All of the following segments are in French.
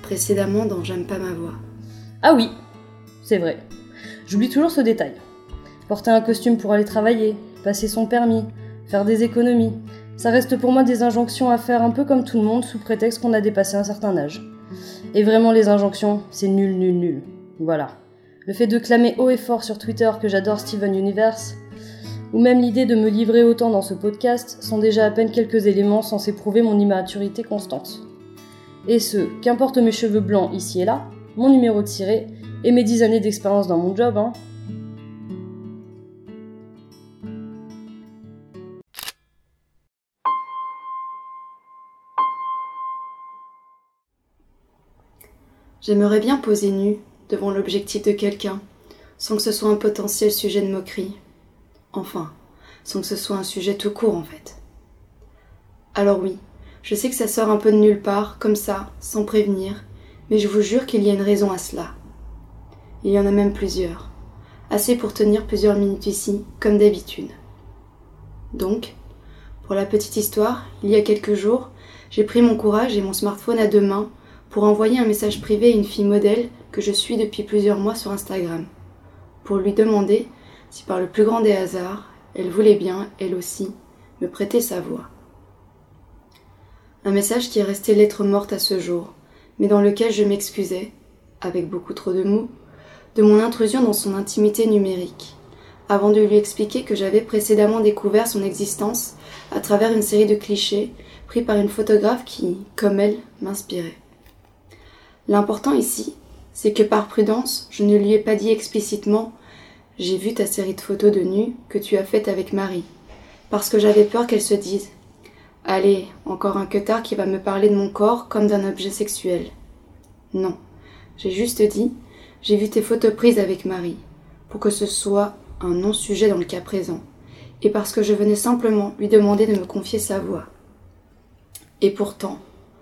précédemment dans J'aime pas ma voix. Ah oui, c'est vrai. J'oublie toujours ce détail. Porter un costume pour aller travailler, passer son permis, faire des économies, ça reste pour moi des injonctions à faire un peu comme tout le monde sous prétexte qu'on a dépassé un certain âge. Et vraiment les injonctions, c'est nul, nul, nul. Voilà. Le fait de clamer haut et fort sur Twitter que j'adore Steven Universe, ou même l'idée de me livrer autant dans ce podcast, sont déjà à peine quelques éléments censés prouver mon immaturité constante. Et ce, qu'importe mes cheveux blancs ici et là, mon numéro de ciré, et mes 10 années d'expérience dans mon job, J'aimerais bien poser nue devant l'objectif de quelqu'un, sans que ce soit un potentiel sujet de moquerie. Enfin, sans que ce soit un sujet tout court en fait. Alors oui, je sais que ça sort un peu de nulle part, comme ça, sans prévenir, mais je vous jure qu'il y a une raison à cela. Il y en a même plusieurs. Assez pour tenir plusieurs minutes ici, comme d'habitude. Donc, pour la petite histoire, il y a quelques jours, j'ai pris mon courage et mon smartphone à 2 mains pour envoyer un message privé à une fille modèle que je suis depuis plusieurs mois sur Instagram, pour lui demander si par le plus grand des hasards, elle voulait bien, elle aussi, me prêter sa voix. Un message qui est resté lettre morte à ce jour, mais dans lequel je m'excusais, avec beaucoup trop de mots, de mon intrusion dans son intimité numérique, avant de lui expliquer que j'avais précédemment découvert son existence à travers une série de clichés pris par une photographe qui, comme elle, m'inspirait. L'important ici, c'est que par prudence, je ne lui ai pas dit explicitement « J'ai vu ta série de photos de nu que tu as faite avec Marie », parce que j'avais peur qu'elle se dise « Allez, encore un queutard qui va me parler de mon corps comme d'un objet sexuel ». Non, j'ai juste dit « J'ai vu tes photos prises avec Marie », pour que ce soit un non-sujet dans le cas présent, et parce que je venais simplement lui demander de me confier sa voix. Et pourtant,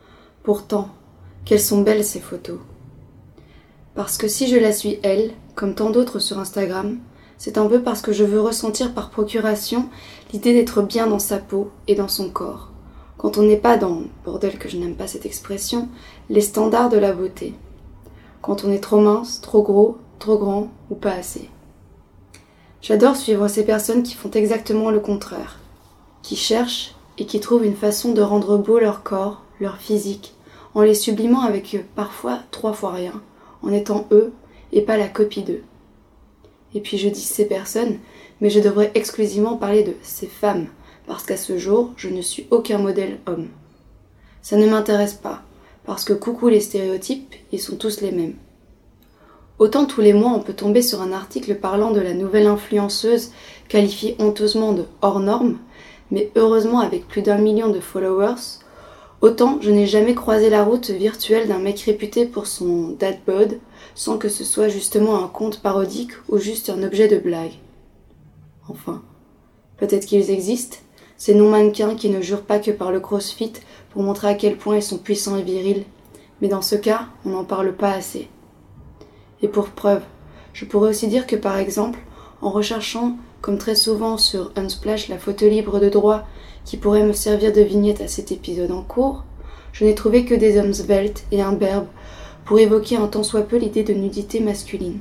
quelles sont belles ces photos. Parce que si je la suis elle, comme tant d'autres sur Instagram, c'est un peu parce que je veux ressentir par procuration l'idée d'être bien dans sa peau et dans son corps, quand on n'est pas dans, bordel que je n'aime pas cette expression, les standards de la beauté. Quand on est trop mince, trop gros, trop grand ou pas assez. J'adore suivre ces personnes qui font exactement le contraire, qui cherchent et qui trouvent une façon de rendre beau leur corps, leur physique, en les sublimant avec parfois 3 fois rien, en étant eux et pas la copie d'eux. Et puis je dis ces personnes, mais je devrais exclusivement parler de ces femmes, parce qu'à ce jour, je ne suis aucun modèle homme. Ça ne m'intéresse pas, parce que coucou les stéréotypes, ils sont tous les mêmes. Autant tous les mois on peut tomber sur un article parlant de la nouvelle influenceuse qualifiée honteusement de hors norme, mais heureusement avec plus d'1 million de followers, autant je n'ai jamais croisé la route virtuelle d'un mec réputé pour son dad bod, sans que ce soit justement un conte parodique ou juste un objet de blague. Enfin, peut-être qu'ils existent, ces non-mannequins qui ne jurent pas que par le crossfit pour montrer à quel point ils sont puissants et virils, mais dans ce cas, on n'en parle pas assez. Et pour preuve, je pourrais aussi dire que par exemple, en recherchant, comme très souvent sur Unsplash, la photo libre de droit qui pourrait me servir de vignette à cet épisode en cours, je n'ai trouvé que des hommes sveltes et imberbes pour évoquer un tant soit peu l'idée de nudité masculine.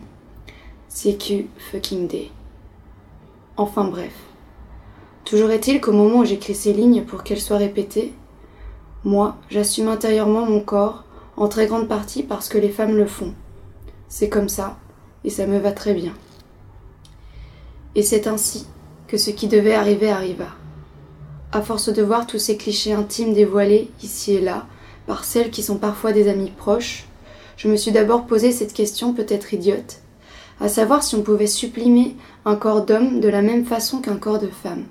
CQ fucking day. Enfin bref. Toujours est-il qu'au moment où j'écris ces lignes pour qu'elles soient répétées, moi, j'assume intérieurement mon corps, en très grande partie parce que les femmes le font. C'est comme ça, et ça me va très bien. Et c'est ainsi que ce qui devait arriver arriva. À force de voir tous ces clichés intimes dévoilés, ici et là, par celles qui sont parfois des amies proches, je me suis d'abord posé cette question peut-être idiote, à savoir si on pouvait sublimer un corps d'homme de la même façon qu'un corps de femme.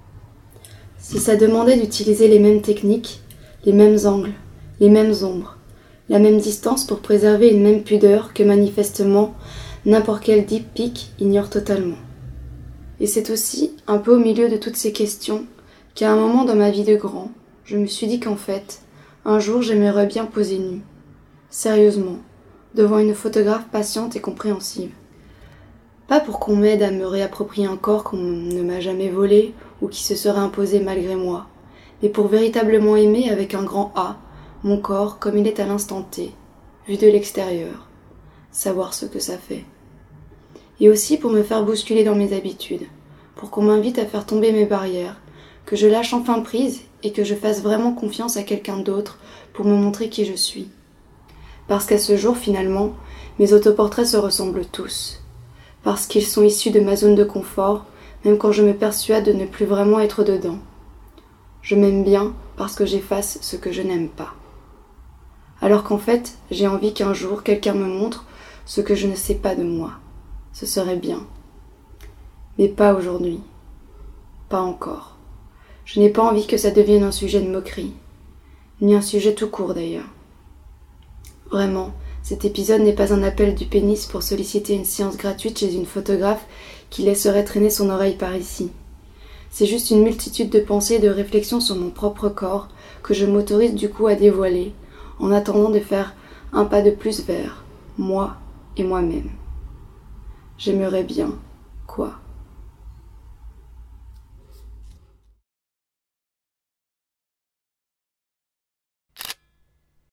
Si ça demandait d'utiliser les mêmes techniques, les mêmes angles, les mêmes ombres, la même distance pour préserver une même pudeur que manifestement n'importe quel deep pic ignore totalement. Et c'est aussi, un peu au milieu de toutes ces questions, qu'à un moment dans ma vie de grand, je me suis dit qu'en fait, un jour j'aimerais bien poser nue, sérieusement, devant une photographe patiente et compréhensive. Pas pour qu'on m'aide à me réapproprier un corps qu'on ne m'a jamais volé ou qui se serait imposé malgré moi, mais pour véritablement aimer avec un grand A, mon corps comme il est à l'instant T, vu de l'extérieur, savoir ce que ça fait. Et aussi pour me faire bousculer dans mes habitudes, pour qu'on m'invite à faire tomber mes barrières, que je lâche enfin prise et que je fasse vraiment confiance à quelqu'un d'autre pour me montrer qui je suis. Parce qu'à ce jour, finalement, mes autoportraits se ressemblent tous. Parce qu'ils sont issus de ma zone de confort, même quand je me persuade de ne plus vraiment être dedans. Je m'aime bien parce que j'efface ce que je n'aime pas. Alors qu'en fait, j'ai envie qu'un jour, quelqu'un me montre ce que je ne sais pas de moi. Ce serait bien. Mais pas aujourd'hui. Pas encore. Je n'ai pas envie que ça devienne un sujet de moquerie. Ni un sujet tout court d'ailleurs. Vraiment, cet épisode n'est pas un appel du pénis pour solliciter une séance gratuite chez une photographe qui laisserait traîner son oreille par ici. C'est juste une multitude de pensées et de réflexions sur mon propre corps que je m'autorise du coup à dévoiler, en attendant de faire un pas de plus vers moi et moi-même. J'aimerais bien, quoi ?